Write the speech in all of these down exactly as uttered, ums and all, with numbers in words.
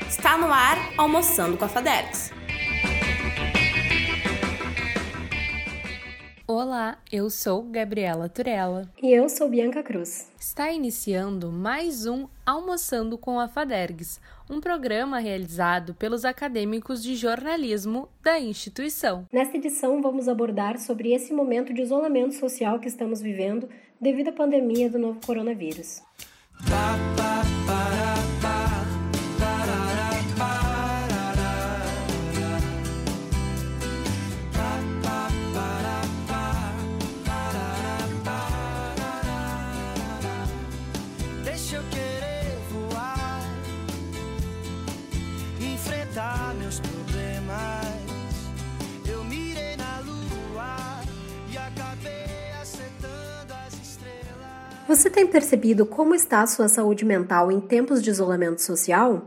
Está no ar, Almoçando com a Fadergs. Olá, eu sou Gabriela Turella. E eu sou Bianca Cruz. Está iniciando mais um Almoçando com a Fadergs, um programa realizado pelos acadêmicos de jornalismo da instituição. Nesta edição, vamos abordar sobre esse momento de isolamento social que estamos vivendo devido à pandemia do novo coronavírus. Você tem percebido como está a sua saúde mental em tempos de isolamento social?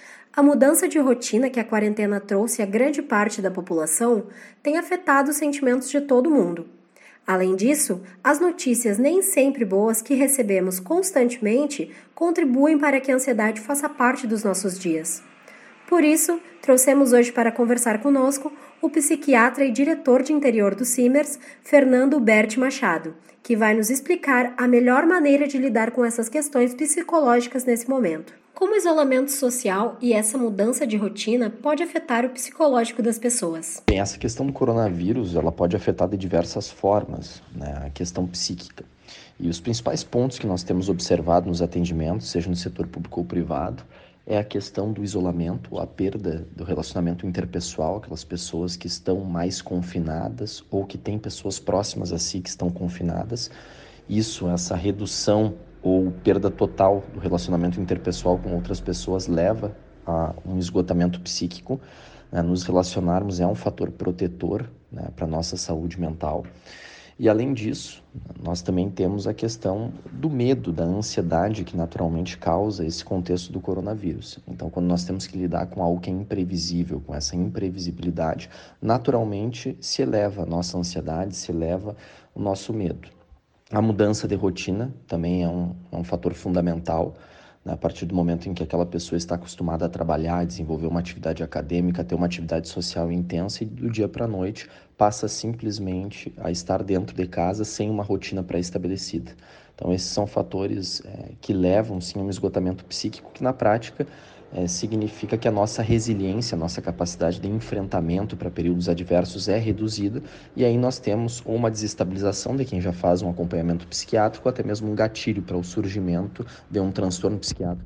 A mudança de rotina que a quarentena trouxe a grande parte da população tem afetado os sentimentos de todo mundo. Além disso, as notícias nem sempre boas que recebemos constantemente contribuem para que a ansiedade faça parte dos nossos dias. Por isso, trouxemos hoje para conversar conosco o psiquiatra e diretor de interior do Simers, Fernando Berti Machado, que vai nos explicar a melhor maneira de lidar com essas questões psicológicas nesse momento. Como o isolamento social e essa mudança de rotina pode afetar o psicológico das pessoas? Bem, essa questão do coronavírus, ela pode afetar de diversas formas, né, a questão psíquica. E os principais pontos que nós temos observado nos atendimentos, seja no setor público ou privado, é a questão do isolamento, a perda do relacionamento interpessoal, aquelas pessoas que estão mais confinadas ou que têm pessoas próximas a si que estão confinadas. Isso, essa redução ou perda total do relacionamento interpessoal com outras pessoas leva a um esgotamento psíquico. Né? Nos relacionarmos é um fator protetor, né, para a nossa saúde mental. E além disso, nós também temos a questão do medo, da ansiedade que naturalmente causa esse contexto do coronavírus. Então, quando nós temos que lidar com algo que é imprevisível, com essa imprevisibilidade, naturalmente se eleva a nossa ansiedade, se eleva o nosso medo. A mudança de rotina também é um, é um fator fundamental. A partir do momento em que aquela pessoa está acostumada a trabalhar, a desenvolver uma atividade acadêmica, a ter uma atividade social intensa e do dia para a noite passa simplesmente a estar dentro de casa sem uma rotina pré-estabelecida. Então esses são fatores é, que levam sim a um esgotamento psíquico que na prática é, significa que a nossa resiliência, a nossa capacidade de enfrentamento para períodos adversos é reduzida e aí nós temos ou uma desestabilização de quem já faz um acompanhamento psiquiátrico ou até mesmo um gatilho para o surgimento de um transtorno psiquiátrico.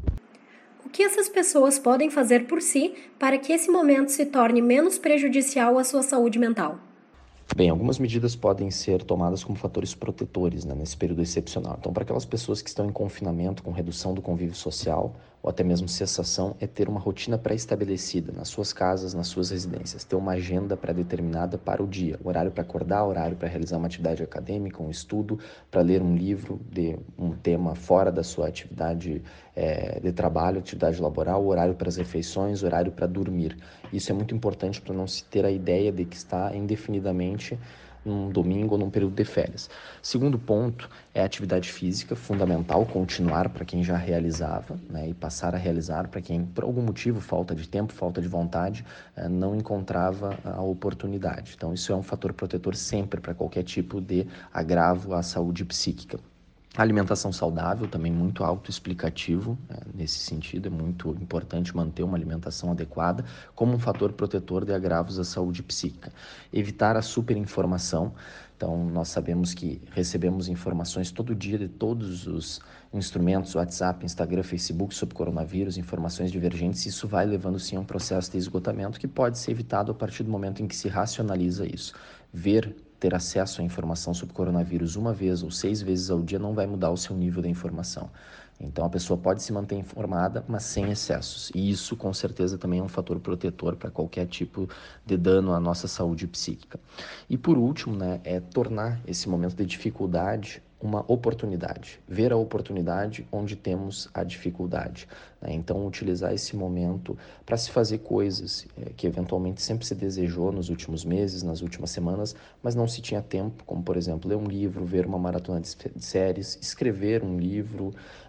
O que essas pessoas podem fazer por si para que esse momento se torne menos prejudicial à sua saúde mental? Bem, algumas medidas podem ser tomadas como fatores protetores, né, nesse período excepcional. Então, para aquelas pessoas que estão em confinamento com redução do convívio social ou até mesmo cessação, é ter uma rotina pré-estabelecida nas suas casas, nas suas residências, ter uma agenda pré-determinada para o dia, horário para acordar, horário para realizar uma atividade acadêmica, um estudo, para ler um livro de um tema fora da sua atividade é, de trabalho, atividade laboral, horário para as refeições, horário para dormir. Isso é muito importante para não se ter a ideia de que está indefinidamente num domingo ou num período de férias. Segundo ponto é a atividade física, fundamental, continuar para quem já realizava, né, e passar a realizar para quem, por algum motivo, falta de tempo, falta de vontade, eh, não encontrava a oportunidade. Então isso é um fator protetor sempre para qualquer tipo de agravo à saúde psíquica. A alimentação saudável também muito autoexplicativo, né? Nesse sentido é muito importante manter uma alimentação adequada como um fator protetor de agravos à saúde psíquica. Evitar a superinformação, então nós sabemos que recebemos informações todo dia de todos os instrumentos, WhatsApp, Instagram, Facebook sobre coronavírus, informações divergentes, isso vai levando sim a um processo de esgotamento que pode ser evitado a partir do momento em que se racionaliza isso. Ver ter acesso à informação sobre coronavírus uma vez ou seis vezes ao dia não vai mudar o seu nível de informação. Então a pessoa pode se manter informada, mas sem excessos. E isso com certeza também é um fator protetor para qualquer tipo de dano à nossa saúde psíquica. E por último, né, é tornar esse momento de dificuldade uma oportunidade, ver a oportunidade onde temos a dificuldade, né? Então utilizar esse momento para se fazer coisas é, que eventualmente sempre se desejou nos últimos meses, nas últimas semanas, mas não se tinha tempo, como por exemplo ler um livro, ver uma maratona de séries, escrever um livro,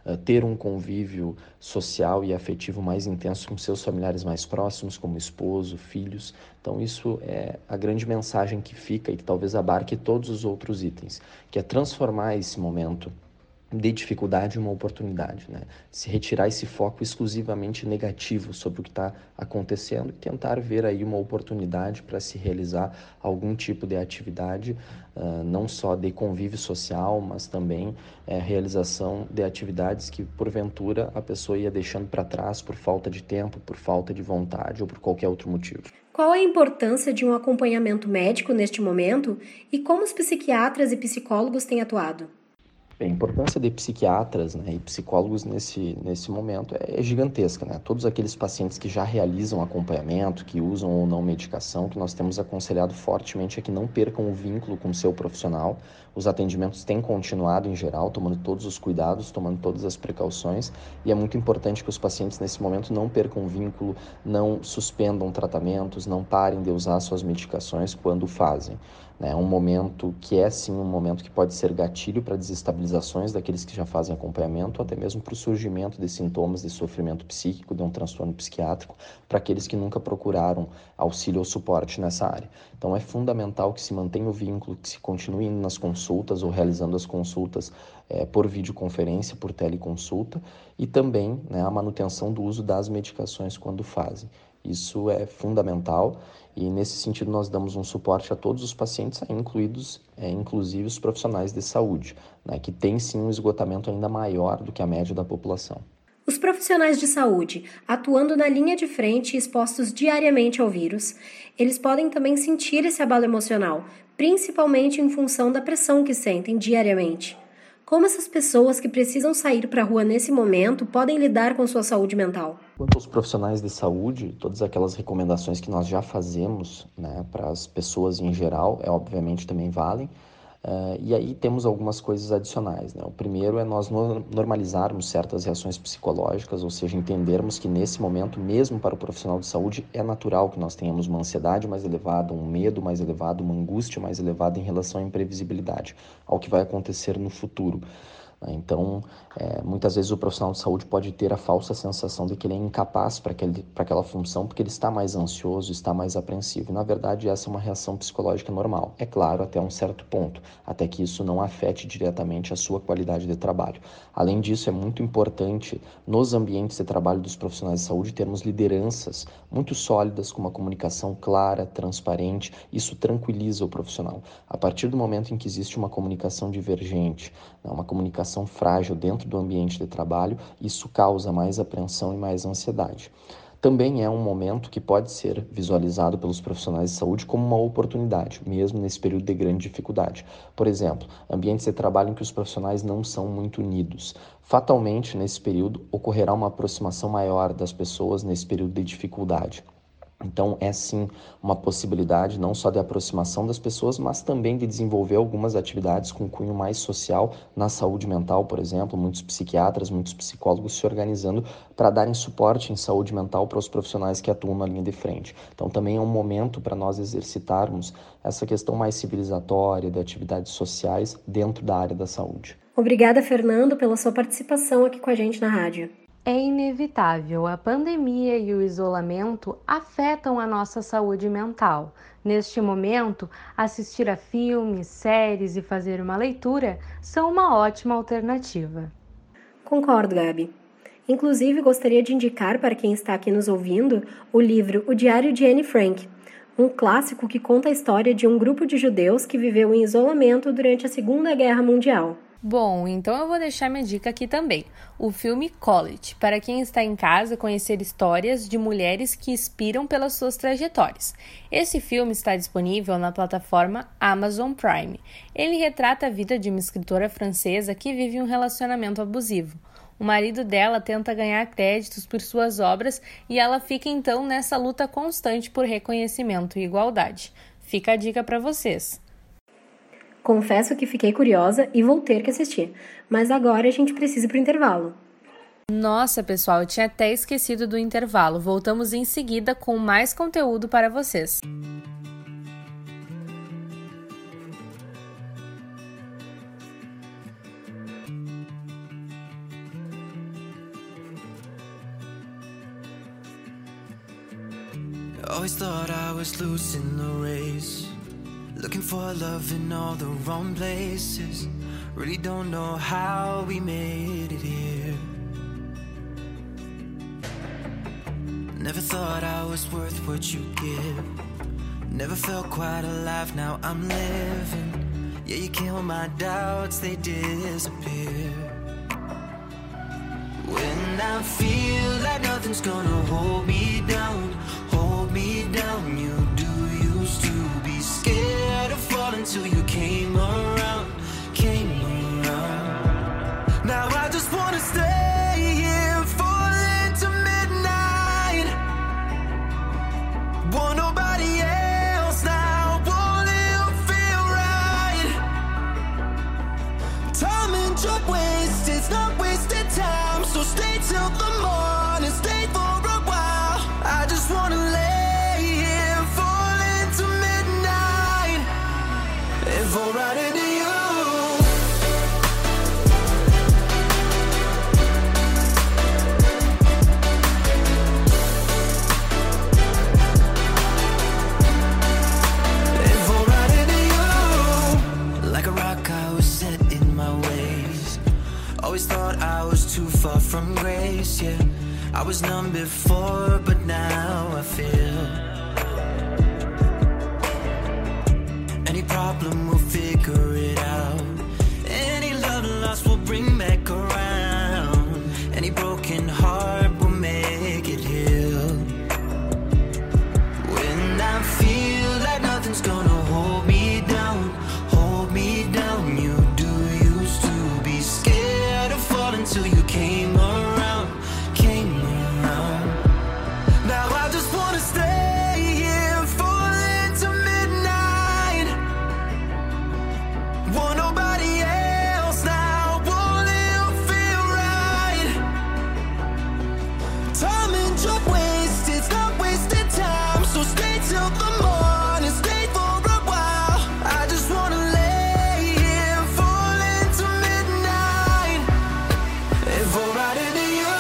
uh, ter um convívio social e afetivo mais intenso com seus familiares mais próximos, como esposo, filhos. Então isso é a grande mensagem que fica e que talvez abarque todos os outros itens, que é transformar esse momento de dificuldade uma oportunidade, né? Se retirar esse foco exclusivamente negativo sobre o que está acontecendo e tentar ver aí uma oportunidade para se realizar algum tipo de atividade, uh, não só de convívio social, mas também uh, realização de atividades que porventura a pessoa ia deixando para trás por falta de tempo, por falta de vontade ou por qualquer outro motivo. Qual a importância de um acompanhamento médico neste momento e como os psiquiatras e psicólogos têm atuado? Bem, a importância de psiquiatras, né, e psicólogos nesse, nesse momento é gigantesca, né? Todos aqueles pacientes que já realizam acompanhamento, que usam ou não medicação, que nós temos aconselhado fortemente é que não percam o vínculo com o seu profissional. Os atendimentos têm continuado em geral, tomando todos os cuidados, tomando todas as precauções, e é muito importante que os pacientes nesse momento não percam o vínculo, não suspendam tratamentos, não parem de usar suas medicações quando fazem. É um momento que é sim um momento que pode ser gatilho para desestabilizações daqueles que já fazem acompanhamento, ou até mesmo para o surgimento de sintomas de sofrimento psíquico, de um transtorno psiquiátrico, para aqueles que nunca procuraram auxílio ou suporte nessa área. Então é fundamental que se mantenha o vínculo, que se continue indo nas consultas ou realizando as consultas é, por videoconferência, por teleconsulta, e também, né, a manutenção do uso das medicações quando fazem. Isso é fundamental e, nesse sentido, nós damos um suporte a todos os pacientes, incluídos, é, inclusive os profissionais de saúde, né, que têm sim um esgotamento ainda maior do que a média da população. Os profissionais de saúde, atuando na linha de frente e expostos diariamente ao vírus, eles podem também sentir esse abalo emocional, principalmente em função da pressão que sentem diariamente. Como essas pessoas que precisam sair para a rua nesse momento podem lidar com sua saúde mental? Quanto aos profissionais de saúde, todas aquelas recomendações que nós já fazemos, né, para as pessoas em geral, é, obviamente também valem. Uh, e aí temos algumas coisas adicionais, né? O primeiro é nós normalizarmos certas reações psicológicas, ou seja, entendermos que nesse momento, mesmo para o profissional de saúde, é natural que nós tenhamos uma ansiedade mais elevada, um medo mais elevado, uma angústia mais elevada em relação à imprevisibilidade, ao que vai acontecer no futuro. Então, é, muitas vezes o profissional de saúde pode ter a falsa sensação de que ele é incapaz para aquela função porque ele está mais ansioso, está mais apreensivo. E, na verdade, essa é uma reação psicológica normal. É claro, até um certo ponto, até que isso não afete diretamente a sua qualidade de trabalho. Além disso, é muito importante, nos ambientes de trabalho dos profissionais de saúde, termos lideranças muito sólidas, com uma comunicação clara, transparente. Isso tranquiliza o profissional. A partir do momento em que existe uma comunicação divergente, uma comunicação frágil dentro do ambiente de trabalho, isso causa mais apreensão e mais ansiedade. Também é um momento que pode ser visualizado pelos profissionais de saúde como uma oportunidade, mesmo nesse período de grande dificuldade. Por exemplo, ambientes de trabalho em que os profissionais não são muito unidos. Fatalmente, nesse período, ocorrerá uma aproximação maior das pessoas nesse período de dificuldade. Então, é sim uma possibilidade não só de aproximação das pessoas, mas também de desenvolver algumas atividades com cunho mais social na saúde mental, por exemplo, muitos psiquiatras, muitos psicólogos se organizando para darem suporte em saúde mental para os profissionais que atuam na linha de frente. Então, também é um momento para nós exercitarmos essa questão mais civilizatória de atividades sociais dentro da área da saúde. Obrigada, Fernando, pela sua participação aqui com a gente na rádio. É inevitável, a pandemia e o isolamento afetam a nossa saúde mental. Neste momento, assistir a filmes, séries e fazer uma leitura são uma ótima alternativa. Concordo, Gabi. Inclusive, gostaria de indicar para quem está aqui nos ouvindo o livro O Diário de Anne Frank, um clássico que conta a história de um grupo de judeus que viveu em isolamento durante a Segunda Guerra Mundial. Bom, então eu vou deixar minha dica aqui também. O filme College, para quem está em casa conhecer histórias de mulheres que inspiram pelas suas trajetórias. Esse filme está disponível na plataforma Amazon Prime. Ele retrata a vida de uma escritora francesa que vive um relacionamento abusivo. O marido dela tenta ganhar créditos por suas obras e ela fica então nessa luta constante por reconhecimento e igualdade. Fica a dica para vocês. Confesso que fiquei curiosa e vou ter que assistir, mas agora a gente precisa ir para o intervalo. Nossa, pessoal, eu tinha até esquecido do intervalo. Voltamos em seguida com mais conteúdo para vocês. Always thought I was losing the race, looking for love in all the wrong places. Really don't know how we made it here. Never thought I was worth what you give. Never felt quite alive, now I'm living. Yeah, you kill my doubts, they disappear. When I feel like nothing's gonna hold me down, hold me down. You do used to be scared of falling till you came around, came around. Now I just wanna stay here, falling to midnight. Want nobody else now, won't it feel right? Time and job wasted, it's not wasted time. So stay till the morning, stay for a while. I just wanna lay here, falling to midnight, and fall right into you. And fall right into you. Like a rock, I was set in my ways. Always thought I was too far from grace, yeah. I was numb before, but now I feel. Any problem, we'll figure it out. Any love lost, we'll bring back around. Any broken heart, we'll make it heal. When I feel like nothing's gonna hold me down, hold me down. You do used to be scared of falling till you came around, came around. Now I just wanna stay here, falling to midnight. Want nobody else now, won't it feel right? Time and job wasted, it's not wasted time. So stay till the morning, stay for a while. I just wanna lay here, falling to midnight, and fall right into you.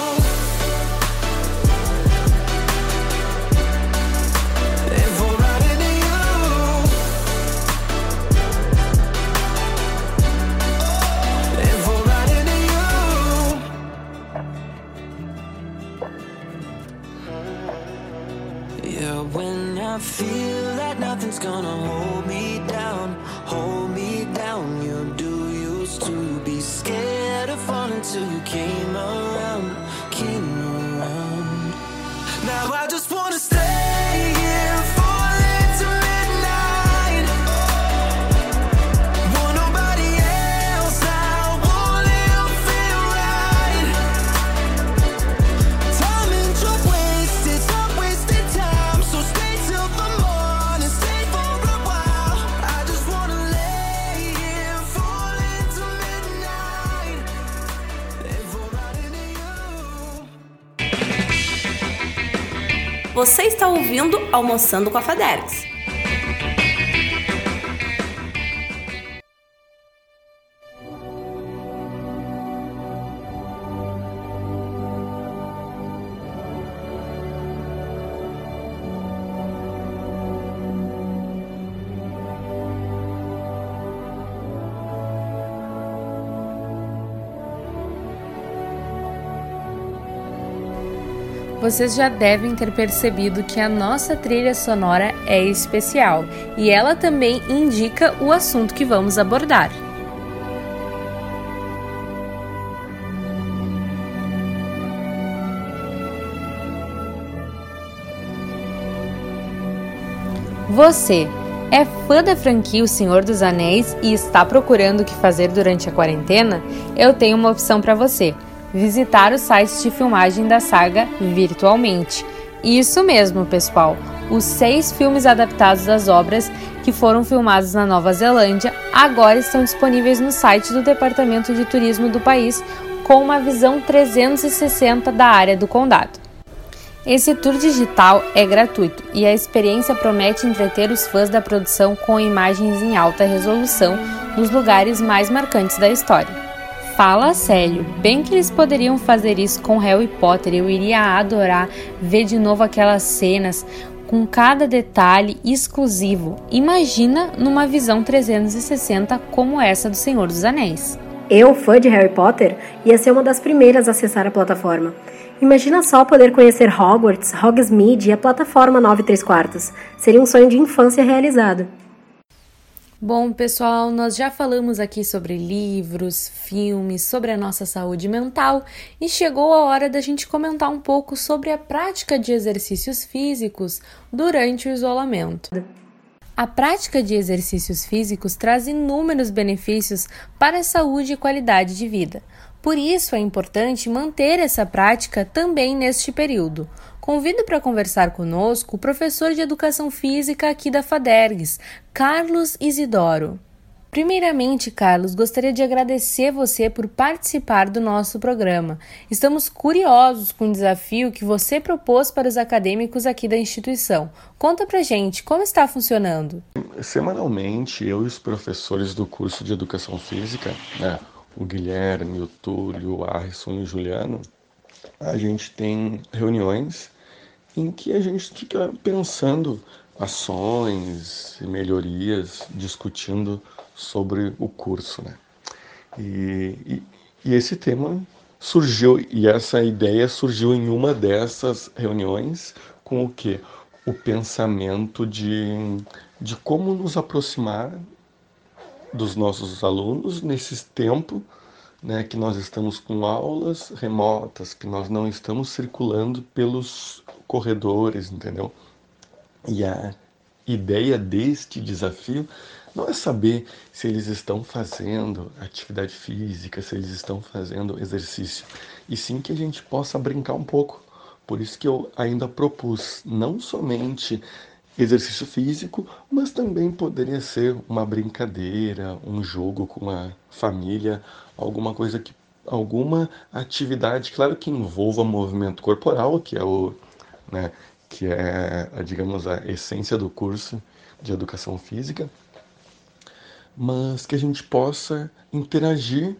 And fall right into you. And fall right into you. Yeah, when I feel like nothing's gonna hold me down, hold me down. You do used to be scared of falling till you came around, came around. Now I just wanna stay here, falling to midnight. Want nobody else now, won't it feel right? Time and job wasted, it's not wasted time. So stay till the morning, stay for a while. I just wanna lay here, falling to midnight, and fall right into you. Você está ouvindo Almoçando com a Fadergs. Vocês já devem ter percebido que a nossa trilha sonora é especial e ela também indica o assunto que vamos abordar. Você é fã da franquia O Senhor dos Anéis e está procurando o que fazer durante a quarentena? Eu tenho uma opção para você. Visitar os sites de filmagem da saga virtualmente. Isso mesmo, pessoal! Os seis filmes adaptados das obras que foram filmados na Nova Zelândia agora estão disponíveis no site do Departamento de Turismo do país com uma visão trezentos e sessenta da área do condado. Esse tour digital é gratuito e a experiência promete entreter os fãs da produção com imagens em alta resolução nos lugares mais marcantes da história. Fala sério, bem que eles poderiam fazer isso com Harry Potter, eu iria adorar ver de novo aquelas cenas com cada detalhe exclusivo. Imagina numa visão trezentos e sessenta como essa do Senhor dos Anéis. Eu, fã de Harry Potter, ia ser uma das primeiras a acessar a plataforma. Imagina só poder conhecer Hogwarts, Hogsmeade e a plataforma nove e três quartos. Seria um sonho de infância realizado. Bom, pessoal, nós já falamos aqui sobre livros, filmes, sobre a nossa saúde mental e chegou a hora da gente comentar um pouco sobre a prática de exercícios físicos durante o isolamento. A prática de exercícios físicos traz inúmeros benefícios para a saúde e qualidade de vida. Por isso, é importante manter essa prática também neste período. Convido para conversar conosco o professor de Educação Física aqui da FADERGS, Carlos Isidoro. Primeiramente, Carlos, gostaria de agradecer você por participar do nosso programa. Estamos curiosos com o desafio que você propôs para os acadêmicos aqui da instituição. Conta pra gente, como está funcionando? Semanalmente, eu e os professores do curso de Educação Física, né, o Guilherme, o Túlio, o Arson e o Juliano, a gente tem reuniões em que a gente fica pensando ações e melhorias, discutindo sobre o curso, né? E, e, e esse tema surgiu, e essa ideia surgiu em uma dessas reuniões com o quê? O pensamento de, de como nos aproximar dos nossos alunos nesse tempo, né, que nós estamos com aulas remotas, que nós não estamos circulando pelos corredores, entendeu? E a ideia deste desafio não é saber se eles estão fazendo atividade física, se eles estão fazendo exercício, e sim que a gente possa brincar um pouco. Por isso que eu ainda propus não somente exercício físico, mas também poderia ser uma brincadeira, um jogo com a família, alguma coisa que, alguma atividade, claro que envolva movimento corporal, que é o, né, que é, digamos, a essência do curso de Educação Física, mas que a gente possa interagir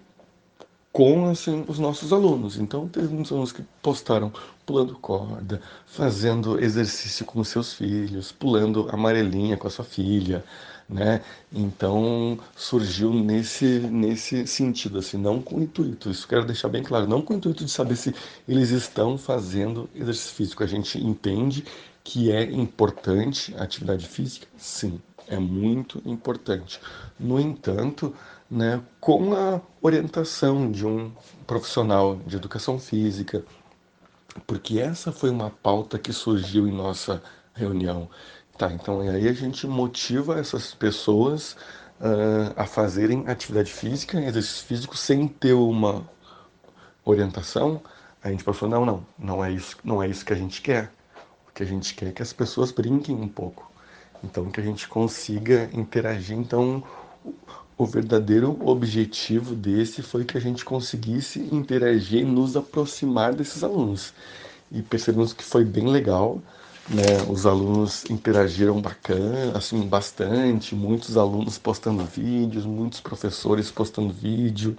com assim, os nossos alunos. Então, teve muitos alunos que postaram pulando corda, fazendo exercício com seus filhos, pulando amarelinha com a sua filha, né? Então, surgiu nesse, nesse sentido, assim, não com o intuito, isso quero deixar bem claro, não com o intuito de saber se eles estão fazendo exercício físico. A gente entende que é importante a atividade física, sim, é muito importante. No entanto, né, com a orientação de um profissional de educação física, porque essa foi uma pauta que surgiu em nossa reunião. Tá, então e aí a gente motiva essas pessoas uh, a fazerem atividade física, exercício físico, sem ter uma orientação. A gente pensou, não, não, não é isso, não é isso que a gente quer. O que a gente quer é que as pessoas brinquem um pouco. Então, que a gente consiga interagir. Então, o verdadeiro objetivo desse foi que a gente conseguisse interagir e nos aproximar desses alunos. E percebemos que foi bem legal, né? Os alunos interagiram bacana, assim, bastante, muitos alunos postando vídeos, muitos professores postando vídeo,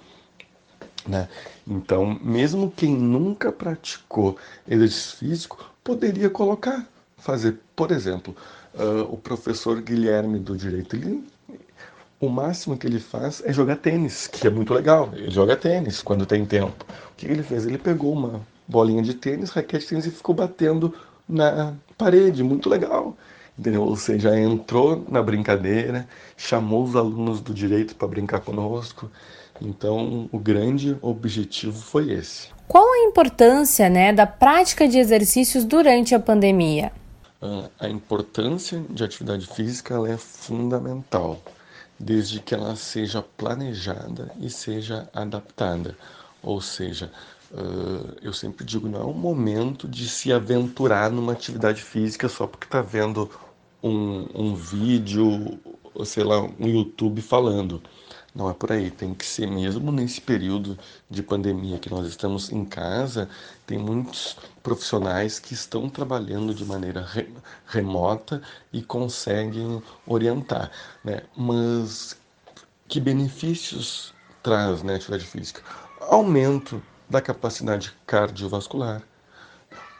né? Então, mesmo quem nunca praticou exercício físico, poderia colocar, fazer, por exemplo, uh, o professor Guilherme do Direito, ele, o máximo que ele faz é jogar tênis, que é muito legal. Ele joga tênis quando tem tempo. O que ele fez? Ele pegou uma bolinha de tênis, raquete de tênis e ficou batendo na parede, muito legal. Entendeu? Ou seja, entrou na brincadeira, chamou os alunos do direito para brincar conosco. Então, o grande objetivo foi esse. Qual a importância, né, da prática de exercícios durante a pandemia? Uh, a importância de atividade física ela é fundamental, desde que ela seja planejada e seja adaptada. Ou seja, uh, eu sempre digo, não é um momento de se aventurar numa atividade física só porque está vendo um, um vídeo, ou sei lá, um YouTube falando. Não é por aí, tem que ser mesmo nesse período de pandemia que nós estamos em casa, tem muitos profissionais que estão trabalhando de maneira re- remota e conseguem orientar, né? Mas que benefícios traz, né, a atividade física? Aumento da capacidade cardiovascular,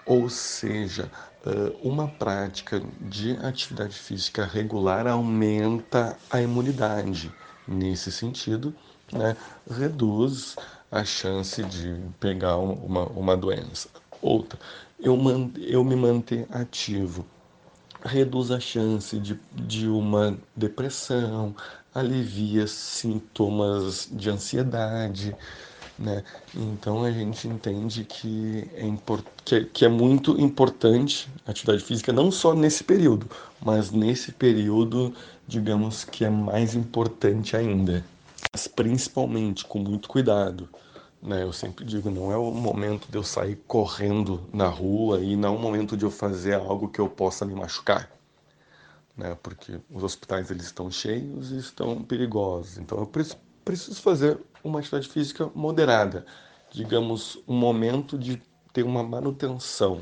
Ou seja, uma prática de atividade física regular aumenta a imunidade. Nesse sentido, né, reduz a chance de pegar uma, uma doença. Outra, eu, man, eu me manter ativo reduz a chance de, de uma depressão, alivia sintomas de ansiedade, né? Então a gente entende que é, import, que, é, que é muito importante a atividade física, não só nesse período, mas nesse período, digamos que é mais importante ainda. Mas principalmente com muito cuidado. Né, eu sempre digo, não é o momento de eu sair correndo na rua e não é o momento de eu fazer algo que eu possa me machucar, né, porque os hospitais eles estão cheios e estão perigosos. Então eu preciso fazer uma atividade física moderada, digamos, um momento de ter uma manutenção.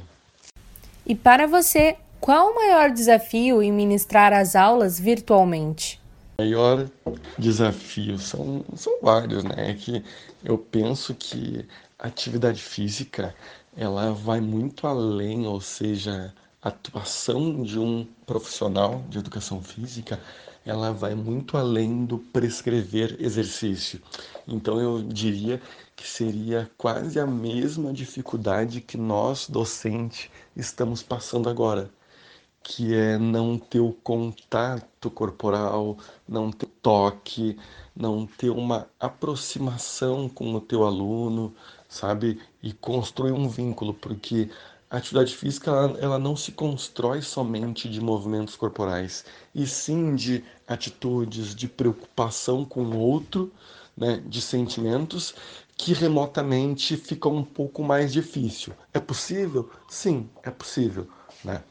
E para você, qual o maior desafio em ministrar as aulas virtualmente? O maior desafio são, são vários, né? É que eu penso que a atividade física ela vai muito além, ou seja, a atuação de um profissional de educação física ela vai muito além do prescrever exercício. Então eu diria que seria quase a mesma dificuldade que nós, docentes, estamos passando agora, que é não ter o contato corporal, não ter toque, não ter uma aproximação com o teu aluno, sabe? E construir um vínculo, porque a atividade física ela, ela não se constrói somente de movimentos corporais, e sim de atitudes, de preocupação com o outro, né? De sentimentos que remotamente ficam um pouco mais difícil. É possível? Sim, é possível, né?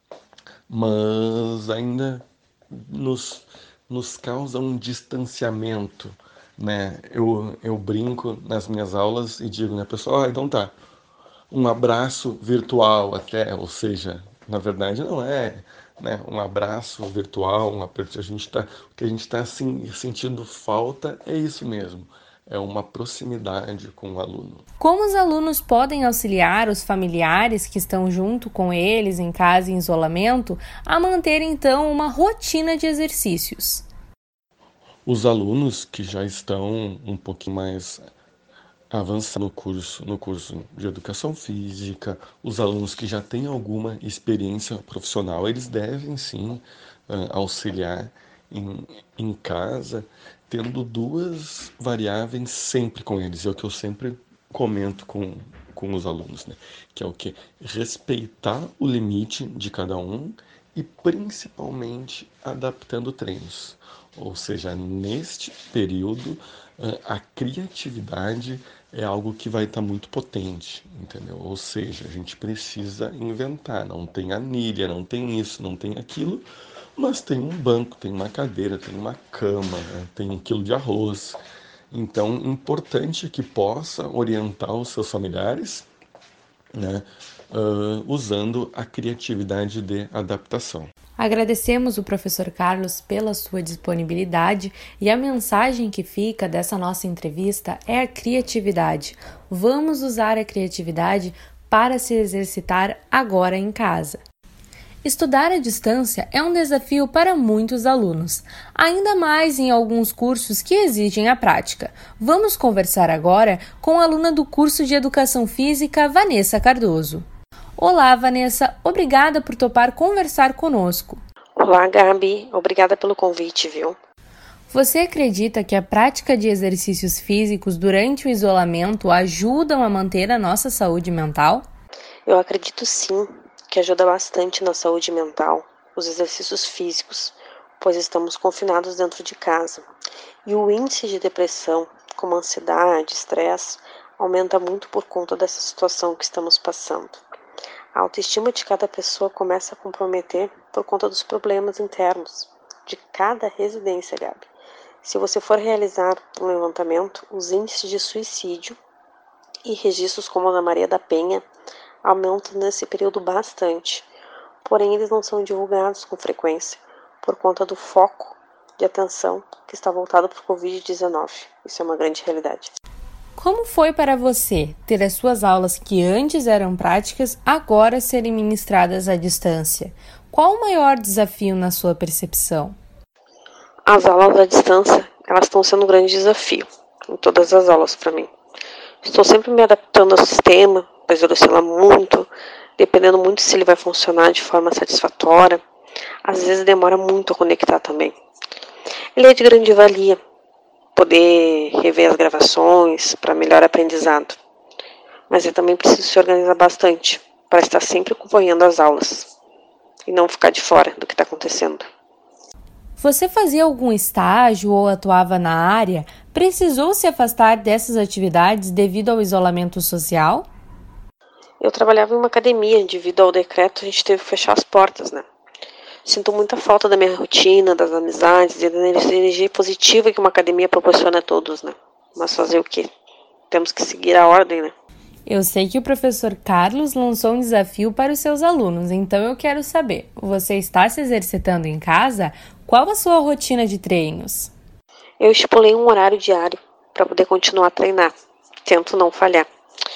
Mas ainda nos, nos causa um distanciamento, né? Eu, eu brinco nas minhas aulas e digo, né, pessoal, ah, então tá, um abraço virtual até, ou seja, na verdade não é, né, um abraço virtual, um aperto, a gente tá, o que a gente está assim, sentindo falta é isso mesmo, é uma proximidade com o aluno. Como os alunos podem auxiliar os familiares que estão junto com eles em casa em isolamento a manter então uma rotina de exercícios? Os alunos que já estão um pouquinho mais avançados no curso, no curso de educação física, os alunos que já têm alguma experiência profissional, eles devem sim auxiliar em, em casa, tendo duas variáveis sempre com eles. É o que eu sempre comento com, com os alunos, né? Que é o que? Respeitar o limite de cada um e principalmente adaptando treinos. Ou seja, neste período, a criatividade é algo que vai estar muito potente, entendeu? Ou seja, a gente precisa inventar, não tem anilha, não tem isso, não tem aquilo, mas tem um banco, tem uma cadeira, tem uma cama, né? Tem um quilo de arroz. Então, importante que possa orientar os seus familiares, né, uh, usando a criatividade de adaptação. Agradecemos o professor Carlos pela sua disponibilidade e a mensagem que fica dessa nossa entrevista é a criatividade. Vamos usar a criatividade para se exercitar agora em casa. Estudar à distância é um desafio para muitos alunos, ainda mais em alguns cursos que exigem a prática. Vamos conversar agora com a aluna do curso de Educação Física, Vanessa Cardoso. Olá, Vanessa, obrigada por topar conversar conosco. Olá, Gabi, obrigada pelo convite, viu? Você acredita que a prática de exercícios físicos durante o isolamento ajudam a manter a nossa saúde mental? Eu acredito sim, que ajuda bastante na saúde mental, os exercícios físicos, pois estamos confinados dentro de casa. E o índice de depressão, como ansiedade, estresse, aumenta muito por conta dessa situação que estamos passando. A autoestima de cada pessoa começa a comprometer por conta dos problemas internos de cada residência, Gabi. Se você for realizar um levantamento, os índices de suicídio e registros como o da Maria da Penha aumentam nesse período bastante, porém eles não são divulgados com frequência por conta do foco de atenção que está voltado para o covid dezenove. Isso é uma grande realidade. Como foi para você ter as suas aulas que antes eram práticas, agora serem ministradas à distância? Qual o maior desafio na sua percepção? As aulas à distância, elas estão sendo um grande desafio em todas as aulas para mim. Estou sempre me adaptando ao sistema, pois ele oscila muito, dependendo muito se ele vai funcionar de forma satisfatória. Às vezes demora muito a conectar também. Ele é de grande valia, poder rever as gravações para melhor aprendizado. Mas eu também preciso se organizar bastante para estar sempre acompanhando as aulas e não ficar de fora do que está acontecendo. Você fazia algum estágio ou atuava na área? Precisou se afastar dessas atividades devido ao isolamento social? Eu trabalhava em uma academia, devido ao decreto a gente teve que fechar as portas, né? Sinto muita falta da minha rotina, das amizades e da energia positiva que uma academia proporciona a todos, né? Mas fazer o quê? Temos que seguir a ordem, né? Eu sei que o professor Carlos lançou um desafio para os seus alunos, então eu quero saber, você está se exercitando em casa? Qual a sua rotina de treinos? Eu estipulei um horário diário para poder continuar a treinar. Tento não falhar.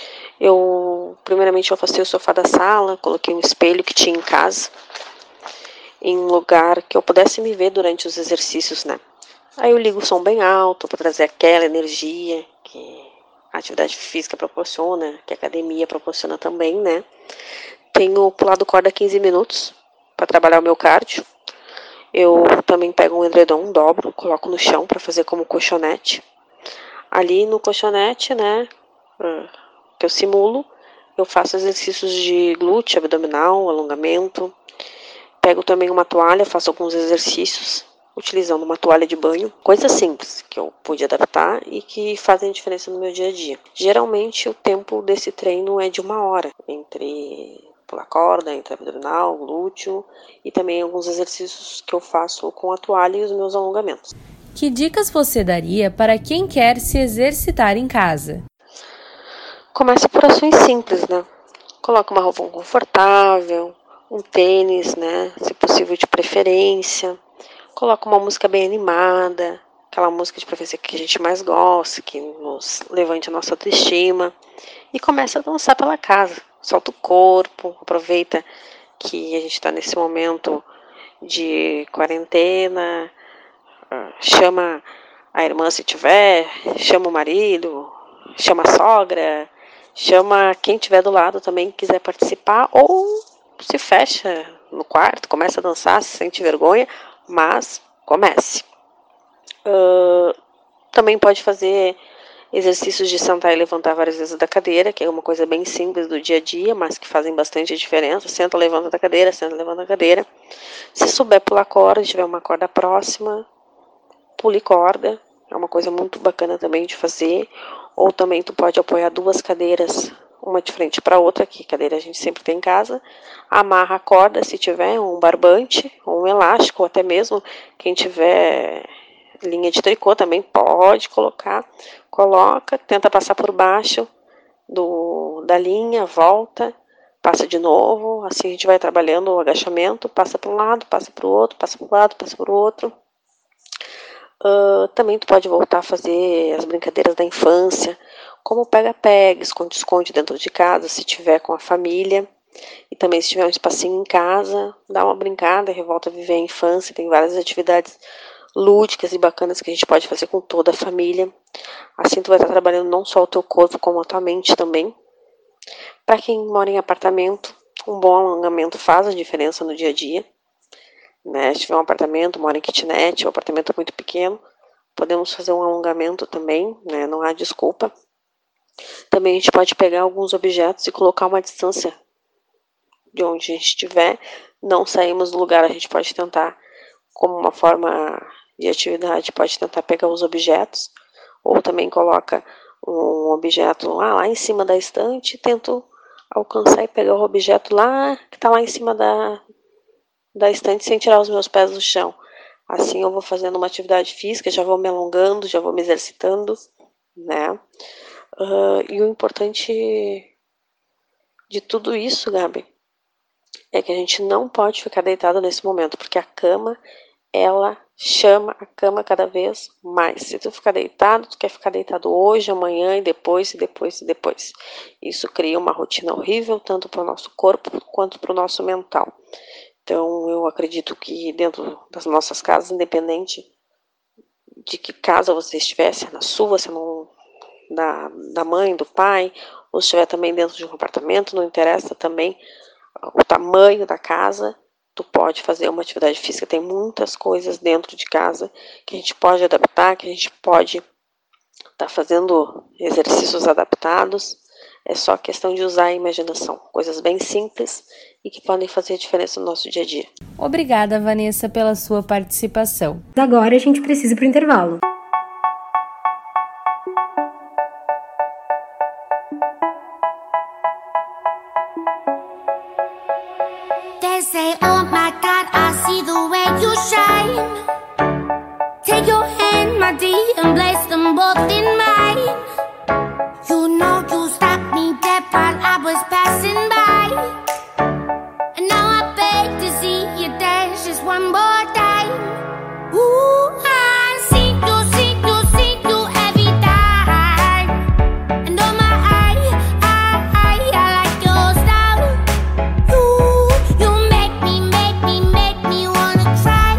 Eu, primeiramente, eu afastei o sofá da sala, coloquei um espelho que tinha em casa, em um lugar que eu pudesse me ver durante os exercícios, né? Aí eu ligo o som bem alto para trazer aquela energia que a atividade física proporciona, que a academia proporciona também, né? Tenho pulado corda quinze minutos para trabalhar o meu cardio. Eu também pego um edredom, dobro, coloco no chão para fazer como colchonete. Ali no colchonete, né, que eu simulo, eu faço exercícios de glúteo, abdominal, alongamento. Pego também uma toalha, faço alguns exercícios, utilizando uma toalha de banho. Coisas simples, que eu pude adaptar e que fazem diferença no meu dia a dia. Geralmente, o tempo desse treino é de uma hora, entre pular corda, entre abdominal, glúteo, e também alguns exercícios que eu faço com a toalha e os meus alongamentos. Que dicas você daria para quem quer se exercitar em casa? Comece por ações simples, né? Coloque uma roupa confortável, um tênis, né? Se possível de preferência. Coloque uma música bem animada, aquela música de preferência que a gente mais gosta, que nos levante a nossa autoestima. E comece a dançar pela casa. Solta o corpo, aproveita que a gente está nesse momento de quarentena, chama a irmã se tiver, chama o marido, chama a sogra, chama quem tiver do lado também que quiser participar, ou se fecha no quarto, começa a dançar, se sente vergonha, mas comece. Uh, também pode fazer exercícios de sentar e levantar várias vezes da cadeira, que é uma coisa bem simples do dia a dia, mas que fazem bastante diferença. Senta, levanta da cadeira, senta, levanta da cadeira. Se souber pular corda, se tiver uma corda próxima, pule corda. É uma coisa muito bacana também de fazer. Ou também tu pode apoiar duas cadeiras, uma de frente para a outra, que cadeira a gente sempre tem em casa. Amarra a corda, se tiver um barbante, ou um elástico, ou até mesmo quem tiver linha de tricô também pode colocar. Coloca, tenta passar por baixo do, da linha, volta, passa de novo. Assim a gente vai trabalhando o agachamento, passa para um lado, passa para o outro, passa para um lado, passa para o outro. Uh, também tu pode voltar a fazer as brincadeiras da infância, como pega-pega, esconde-esconde dentro de casa, se tiver com a família. E também se tiver um espacinho em casa, dá uma brincada e volta a viver a infância. Tem várias atividades lúdicas e bacanas que a gente pode fazer com toda a família. Assim tu vai estar trabalhando não só o teu corpo, como a tua mente também. Para quem mora em apartamento, um bom alongamento faz a diferença no dia a dia. Né? Se tiver um apartamento, mora em kitnet, um apartamento muito pequeno, podemos fazer um alongamento também, né? Não há desculpa. Também a gente pode pegar alguns objetos e colocar uma distância de onde a gente estiver. Não saímos do lugar, a gente pode tentar, como uma forma de atividade, pode tentar pegar os objetos, ou também coloca um objeto lá, lá em cima da estante e tento alcançar e pegar o objeto lá, que está lá em cima da, da estante sem tirar os meus pés do chão. Assim eu vou fazendo uma atividade física, já vou me alongando, já vou me exercitando, né? Uh, e o importante de tudo isso, Gabi, é que a gente não pode ficar deitado nesse momento, porque a cama ela chama a cama cada vez mais. Se tu ficar deitado, tu quer ficar deitado hoje, amanhã e depois, e depois, e depois. Isso cria uma rotina horrível, tanto para o nosso corpo quanto para o nosso mental. Então, eu acredito que dentro das nossas casas, independente de que casa você estiver, se é na sua, se é no, da, da mãe, do pai, ou se estiver também dentro de um apartamento, não interessa também o tamanho da casa, tu pode fazer uma atividade física. Tem muitas coisas dentro de casa que a gente pode adaptar, que a gente pode estar tá fazendo exercícios adaptados. É só questão de usar a imaginação. Coisas bem simples e que podem fazer a diferença no nosso dia a dia. Obrigada, Vanessa, pela sua participação. Agora a gente precisa ir para o intervalo. They say, oh my God, I see the way you shine. Take your hand, my dear, and place them both in mine. You know you stopped me dead while I was passing by. And now I beg to see you dance just one more time. Ooh, I see you, see you, see you every time. And oh my, I, I, I, I like your style. You, you make me, make me, make me wanna try.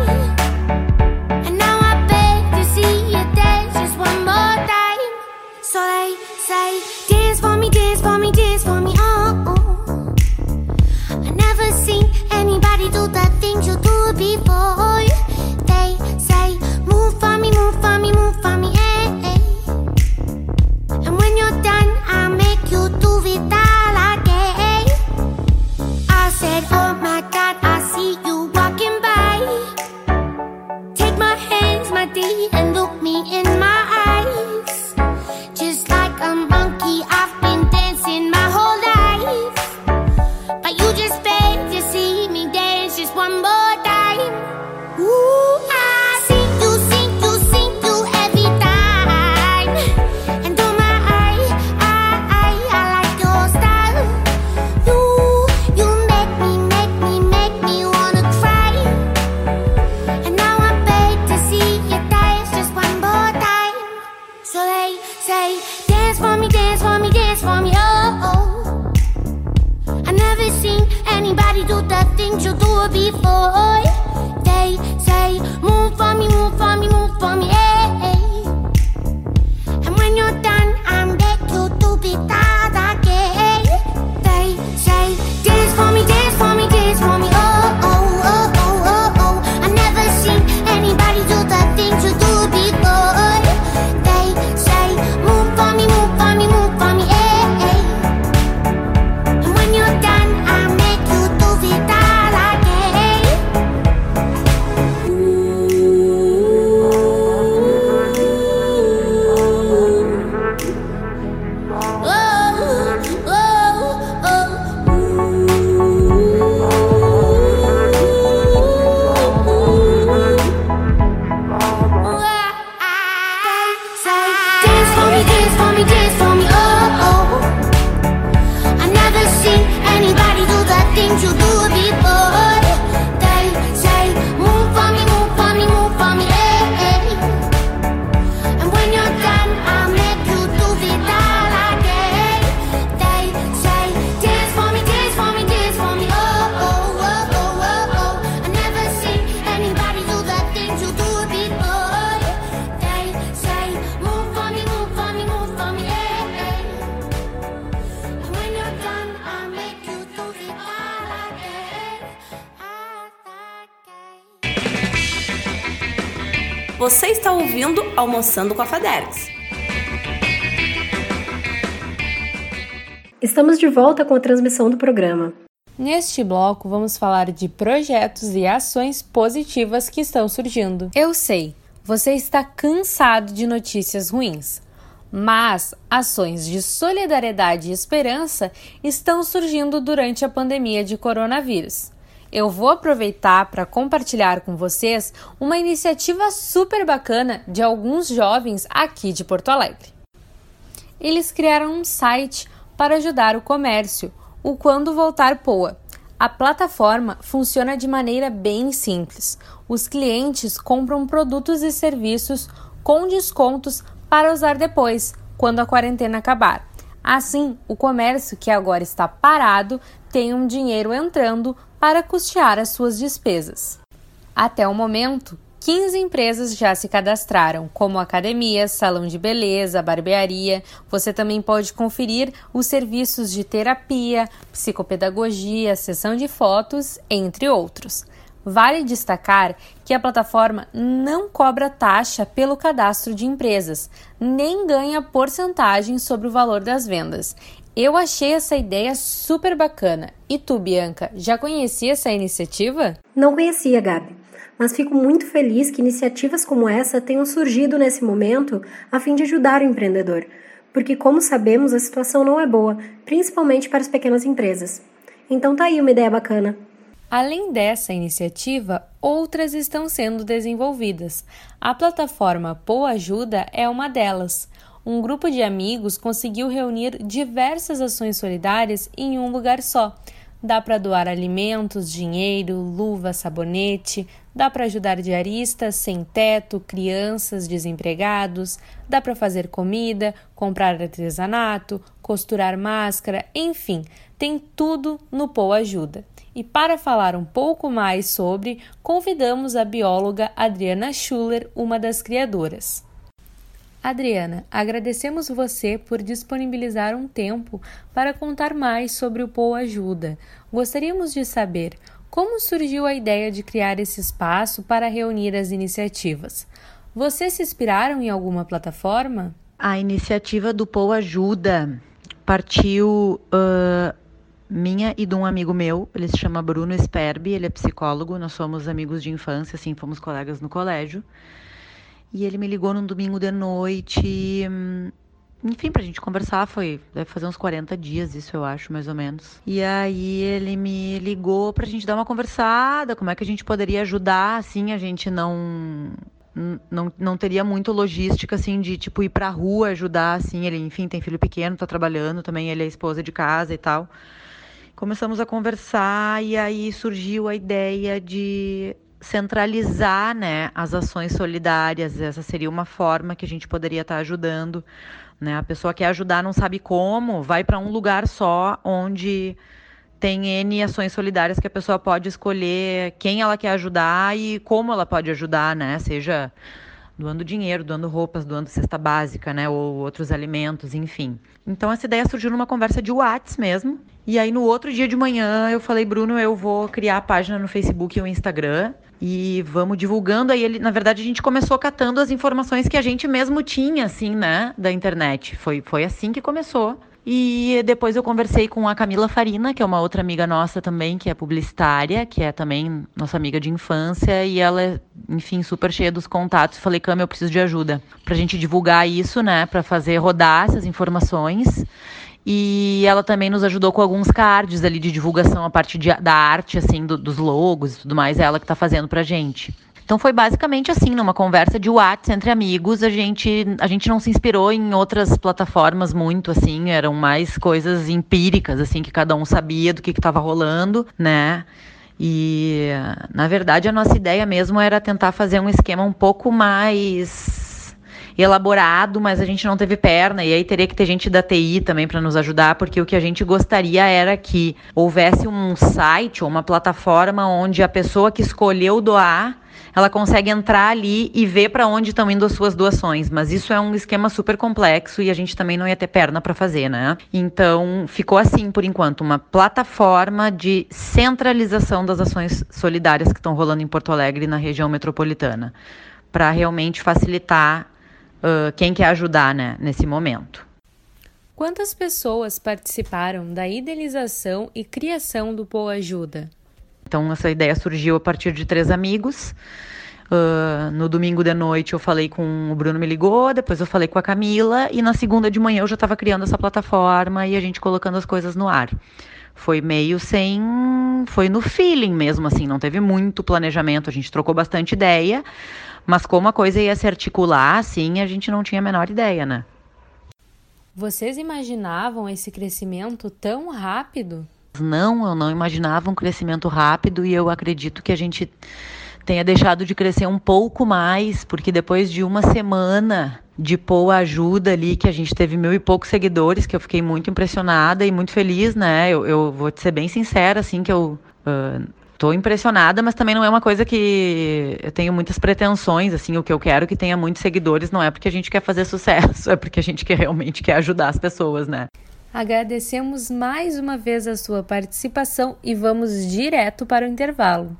And now I beg to see you dance just one more time. So they say, dance for me, dance for me, dance for me, oh, oh. I never seen anybody do the things you do before. They say, move for me, move for me, move for me, eh, eh. And when you're done, I'll make you do it all again. I said, oh my God, I see you walking by. Take my hands, my dear, and look me in my eyes. Just like a monkey, I've been dancing my whole life. But you just beg to see me dance just one more time. Ooh, I see you, see you, see you every time. And oh my, I, I, I, I like your style. You, you make me, make me, make me wanna cry. And now I beg to see you dance just one more time. So they say, dance for me, dance for me, dance for me, oh, oh. I never seen anybody do the things you do before. They say, move for me, move for me, move for me, eh, eh. And when you're done, I'll make you do it all again. They say, dance for me, dance for me, dance for me, oh, oh, oh, oh, oh, oh. I never seen anybody do the things you do before. They say, move for me, move for me, move for me, eh, eh. And when you're done, I'll make you do it all again. You do it before. They say, move for me, move for me, move for me, eh, eh. And when you're done, I'll make you do it all again. They say, dance for me, dance for me, dance for me, oh, oh, oh, oh, oh, oh. I never seen anybody do the things you do before. They say, move for me, move for me, move for me, eh, eh. And when you're done, I'll make you do it all. Você está ouvindo Almoçando com a Fadergs. Estamos de volta com a transmissão do programa. Neste bloco, vamos falar de projetos e ações positivas que estão surgindo. Eu sei, você está cansado de notícias ruins, mas ações de solidariedade e esperança estão surgindo durante a pandemia de coronavírus. Eu vou aproveitar para compartilhar com vocês uma iniciativa super bacana de alguns jovens aqui de Porto Alegre. Eles criaram um site para ajudar o comércio, o Quando Voltar Poa. A plataforma funciona de maneira bem simples. Os clientes compram produtos e serviços com descontos para usar depois, quando a quarentena acabar. Assim, o comércio que agora está parado tem um dinheiro entrando para custear as suas despesas. Até o momento, quinze empresas já se cadastraram, como academias, salão de beleza, barbearia. Você também pode conferir os serviços de terapia, psicopedagogia, sessão de fotos, entre outros. Vale destacar que a plataforma não cobra taxa pelo cadastro de empresas, nem ganha porcentagem sobre o valor das vendas. Eu achei essa ideia super bacana. E tu, Bianca, já conhecia essa iniciativa? Não conhecia, Gabi, mas fico muito feliz que iniciativas como essa tenham surgido nesse momento a fim de ajudar o empreendedor, porque, como sabemos, a situação não é boa, principalmente para as pequenas empresas. Então tá aí uma ideia bacana. Além dessa iniciativa, outras estão sendo desenvolvidas. A plataforma Pô Ajuda é uma delas. Um grupo de amigos conseguiu reunir diversas ações solidárias em um lugar só. Dá para doar alimentos, dinheiro, luva, sabonete, dá para ajudar diaristas, sem teto, crianças, desempregados, dá para fazer comida, comprar artesanato, costurar máscara, enfim, tem tudo no Pô Ajuda. E para falar um pouco mais sobre, convidamos a bióloga Adriana Schuller, uma das criadoras. Adriana, agradecemos você por disponibilizar um tempo para contar mais sobre o Pô Ajuda. Gostaríamos de saber como surgiu a ideia de criar esse espaço para reunir as iniciativas. Vocês se inspiraram em alguma plataforma? A iniciativa do Pô Ajuda partiu... Uh... minha e de um amigo meu, ele se chama Bruno Sperbi, ele é psicólogo, nós somos amigos de infância, assim, fomos colegas no colégio. E ele me ligou num domingo de noite, enfim, pra gente conversar, foi, deve fazer uns quarenta dias isso, eu acho, mais ou menos. E aí ele me ligou pra gente dar uma conversada, como é que a gente poderia ajudar, assim, a gente não... Não, não teria muito logística, assim, de, tipo, ir pra rua ajudar, assim, ele, enfim, tem filho pequeno, tá trabalhando também, ele é esposa de casa e tal. Começamos a conversar e aí surgiu a ideia de centralizar, né, as ações solidárias. Essa seria uma forma que a gente poderia estar ajudando, né? A pessoa quer ajudar, não sabe como, vai para um lugar só onde tem N ações solidárias que a pessoa pode escolher quem ela quer ajudar e como ela pode ajudar, né? Seja doando dinheiro, doando roupas, doando cesta básica, né? Ou outros alimentos, enfim. Então essa ideia surgiu numa conversa de WhatsApp mesmo. E aí no outro dia de manhã eu falei, Bruno, eu vou criar a página no Facebook e o Instagram e vamos divulgando. Aí ele, na verdade, a gente começou catando as informações que a gente mesmo tinha, assim, né? Da internet. Foi, foi assim que começou. E depois eu conversei com a Camila Farina, que é uma outra amiga nossa também, que é publicitária, que é também nossa amiga de infância, e ela é, enfim, super cheia dos contatos. Falei, Cam, eu preciso de ajuda pra gente divulgar isso, né, pra fazer rodar essas informações. E ela também nos ajudou com alguns cards ali de divulgação, a parte de, da arte, assim, do, dos logos e tudo mais, é ela que tá fazendo pra gente. Então foi basicamente assim, numa conversa de WhatsApp entre amigos, a gente, a gente não se inspirou em outras plataformas muito, assim, eram mais coisas empíricas, assim, que cada um sabia do que estava rolando, né? E, na verdade, a nossa ideia mesmo era tentar fazer um esquema um pouco mais elaborado, mas a gente não teve perna, e aí teria que ter gente da T I também para nos ajudar, porque o que a gente gostaria era que houvesse um site ou uma plataforma onde a pessoa que escolheu doar, ela consegue entrar ali e ver para onde estão indo as suas doações, mas isso é um esquema super complexo e a gente também não ia ter perna para fazer, né? Então, ficou assim por enquanto, uma plataforma de centralização das ações solidárias que estão rolando em Porto Alegre e na região metropolitana, para realmente facilitar uh, quem quer ajudar, né, nesse momento. Quantas pessoas participaram da idealização e criação do Pô Ajuda? Então, essa ideia surgiu a partir de três amigos. Uh, no domingo de noite eu falei com o Bruno, me ligou, depois eu falei com a Camila, e na segunda de manhã eu já estava criando essa plataforma e a gente colocando as coisas no ar. Foi meio sem... Foi no feeling mesmo, assim, não teve muito planejamento, a gente trocou bastante ideia, mas como a coisa ia se articular, assim, a gente não tinha a menor ideia, né? Vocês imaginavam esse crescimento tão rápido? Não, eu não imaginava um crescimento rápido e eu acredito que a gente tenha deixado de crescer um pouco mais, porque depois de uma semana de Poa Ajuda ali, que a gente teve mil e poucos seguidores, que eu fiquei muito impressionada e muito feliz, né? Eu, eu vou te ser bem sincera, assim, que eu uh, tô impressionada, mas também não é uma coisa que eu tenho muitas pretensões, assim, o que eu quero que tenha muitos seguidores não é porque a gente quer fazer sucesso, é porque a gente quer, realmente quer ajudar as pessoas, né? Agradecemos mais uma vez a sua participação e vamos direto para o intervalo.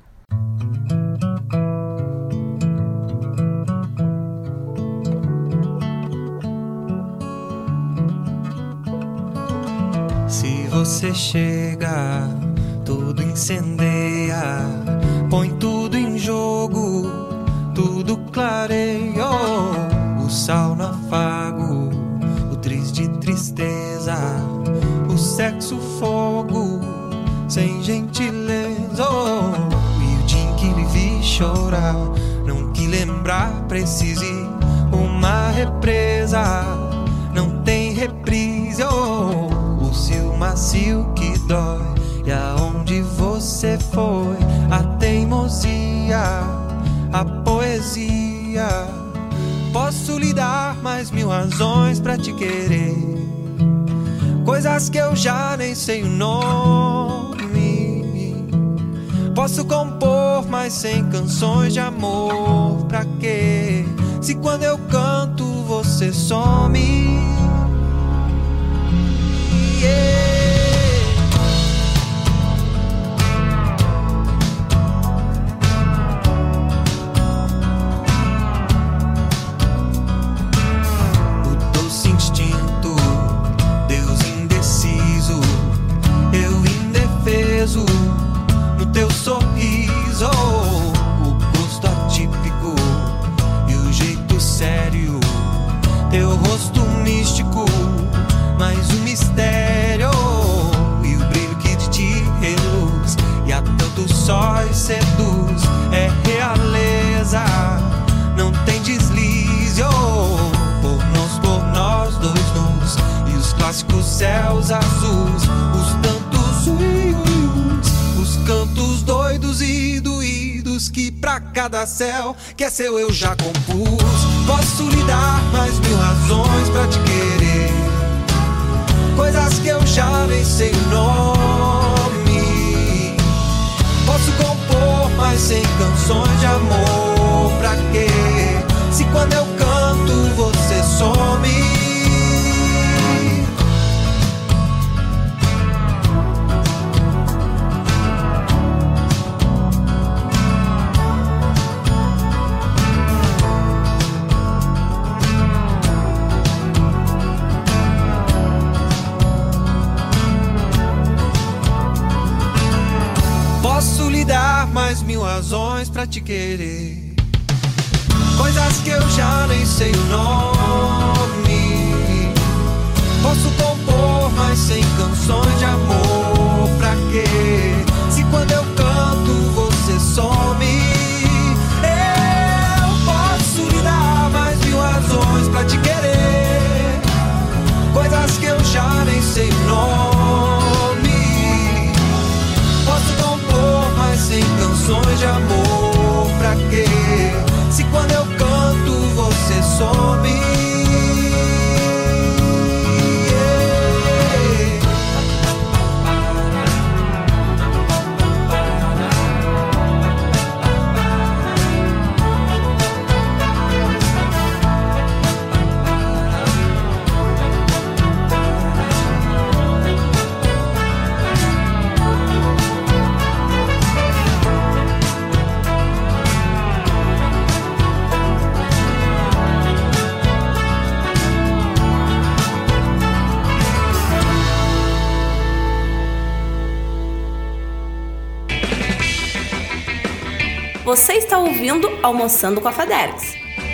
Se você chega, tudo incendeia, põe tudo em jogo, tudo clareia, oh, o sal no afago, o triz de tristeza, o sexo fogo, sem gentileza, oh, e o dia em que lhe vi chorar, não que lembrar precise uma represa, não tem reprise, oh, o seu macio que dói, e aonde você foi, a teimosia, a poesia. Posso lhe dar mais mil razões pra te querer, coisas que eu já nem sei o nome. Posso compor mais cem canções de amor, pra quê? Se quando eu canto você some. Yeah. No teu sorriso, o gosto atípico e o jeito sério, teu rosto místico, mais um mistério, e o brilho que de ti reluz, e a tantos sóis seduz, é realeza, não tem deslize, oh, por nós, por nós dois nus, e os clássicos céus azuis, os tantos uios, os cantos doidos e doídos que pra cada céu que é seu eu já compus. Posso lhe dar mais mil razões pra te querer, coisas que eu já nem sei o nome. Posso compor mais cem canções de amor, pra quê? Se quando eu canto você some. Posso lhe dar mais mil razões pra te querer, coisas que eu já nem sei o nome. Posso compor mais cem canções de amor, pra quê? Se quando eu canto você some. Eu posso lhe dar mais mil razões pra te querer, coisas que eu já nem sei o nome. Posso compor mais cem canções de amor, pra quê? Se quando eu canto você some. Você está ouvindo Almoçando com a Fadergs.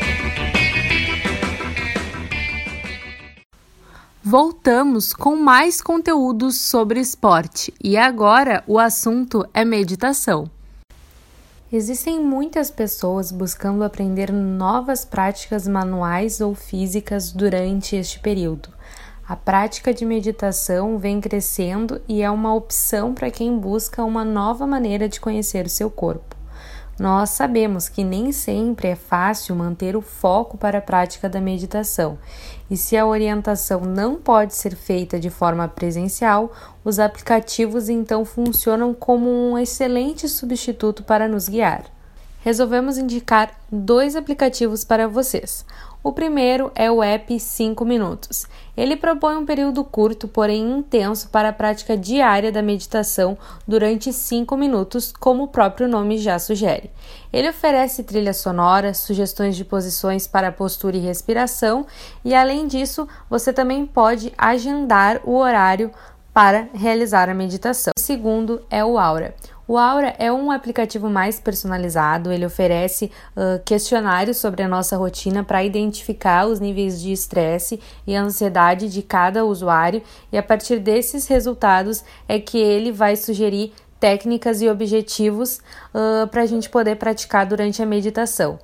Voltamos com mais conteúdos sobre esporte e agora o assunto é meditação. Existem muitas pessoas buscando aprender novas práticas manuais ou físicas durante este período. A prática de meditação vem crescendo e é uma opção para quem busca uma nova maneira de conhecer o seu corpo. Nós sabemos que nem sempre é fácil manter o foco para a prática da meditação, e se a orientação não pode ser feita de forma presencial, os aplicativos então funcionam como um excelente substituto para nos guiar. Resolvemos indicar dois aplicativos para vocês. O primeiro é o app cinco minutos. Ele propõe um período curto, porém intenso, para a prática diária da meditação durante cinco minutos, como o próprio nome já sugere. Ele oferece trilha sonora, sugestões de posições para postura e respiração, e além disso, você também pode agendar o horário para realizar a meditação. O segundo é o Aura. O Aura é um aplicativo mais personalizado, ele oferece uh, questionários sobre a nossa rotina para identificar os níveis de estresse e ansiedade de cada usuário, e a partir desses resultados é que ele vai sugerir técnicas e objetivos uh, para a gente poder praticar durante a meditação.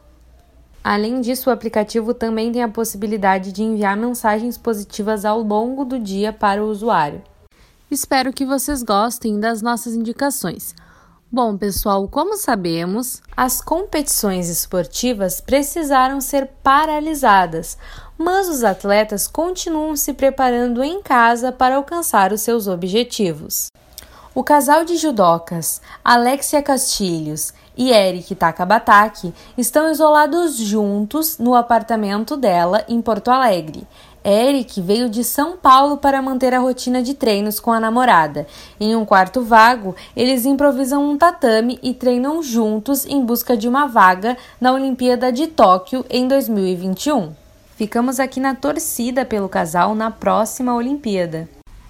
Além disso, o aplicativo também tem a possibilidade de enviar mensagens positivas ao longo do dia para o usuário. Espero que vocês gostem das nossas indicações. Bom, pessoal, como sabemos, as competições esportivas precisaram ser paralisadas, mas os atletas continuam se preparando em casa para alcançar os seus objetivos. O casal de judocas, Alexia Castilhos e Eric Takabataki, estão isolados juntos no apartamento dela em Porto Alegre. Eric veio de São Paulo para manter a rotina de treinos com a namorada. Em um quarto vago, eles improvisam um tatame e treinam juntos em busca de uma vaga na Olimpíada de Tóquio em dois mil e vinte e um. Ficamos aqui na torcida pelo casal na próxima Olimpíada.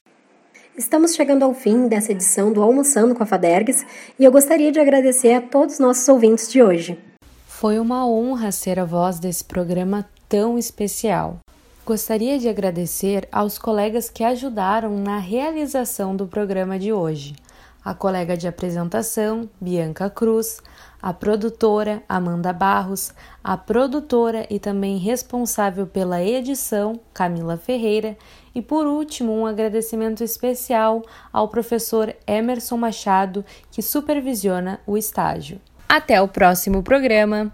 Estamos chegando ao fim dessa edição do Almoçando com a Fadergs e eu gostaria de agradecer a todos os nossos ouvintes de hoje. Foi uma honra ser a voz desse programa tão especial. Gostaria de agradecer aos colegas que ajudaram na realização do programa de hoje. A colega de apresentação, Bianca Cruz, a produtora, Amanda Barros, a produtora e também responsável pela edição, Camila Ferreira, e por último, um agradecimento especial ao professor Emerson Machado, que supervisiona o estágio. Até o próximo programa!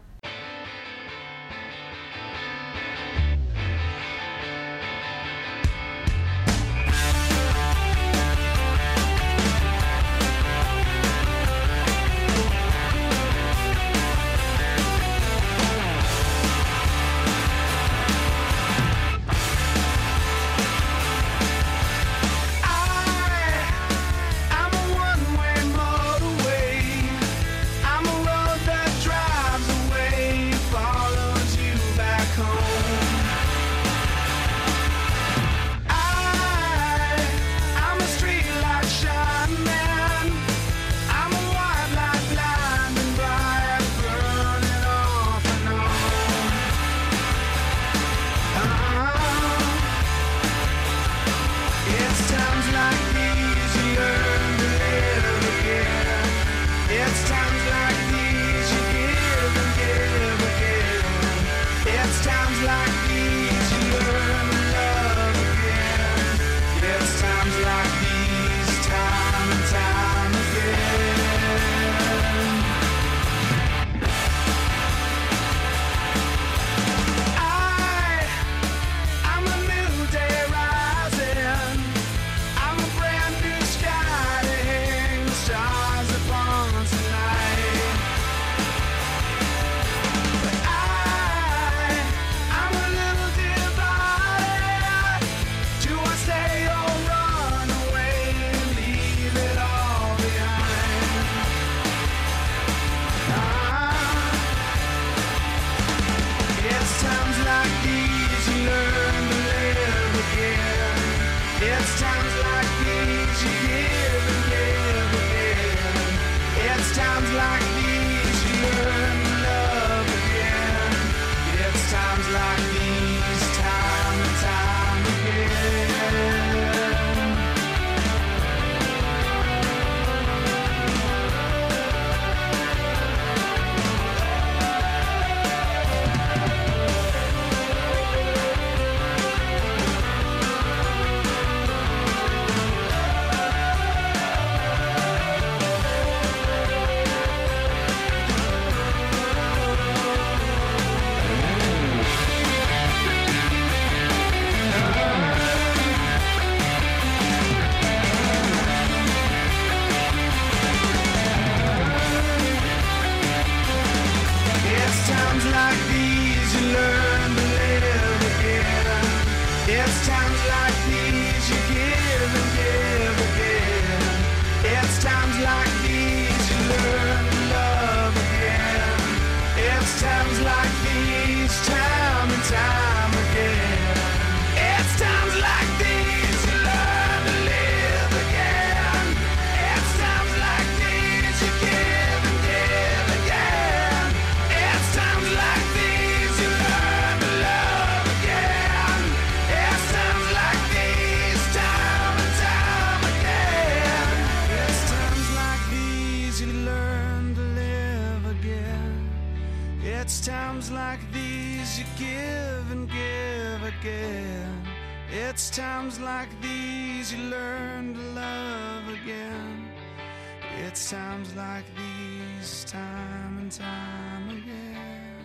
It's times like these you give and give again. It's times like these you learn to love again. It's times like these, time and time again. It's times like these you learn to live again. It's times like these you give and give again. It's times like these you learn to love again. It's times like these, time and time again. It's times like these you learn to live again. It's times like these you give and give again. It's times like these you learn to love again. It's times like these, time and time again.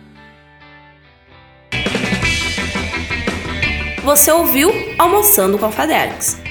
Você ouviu Almoçando com a Fadergs.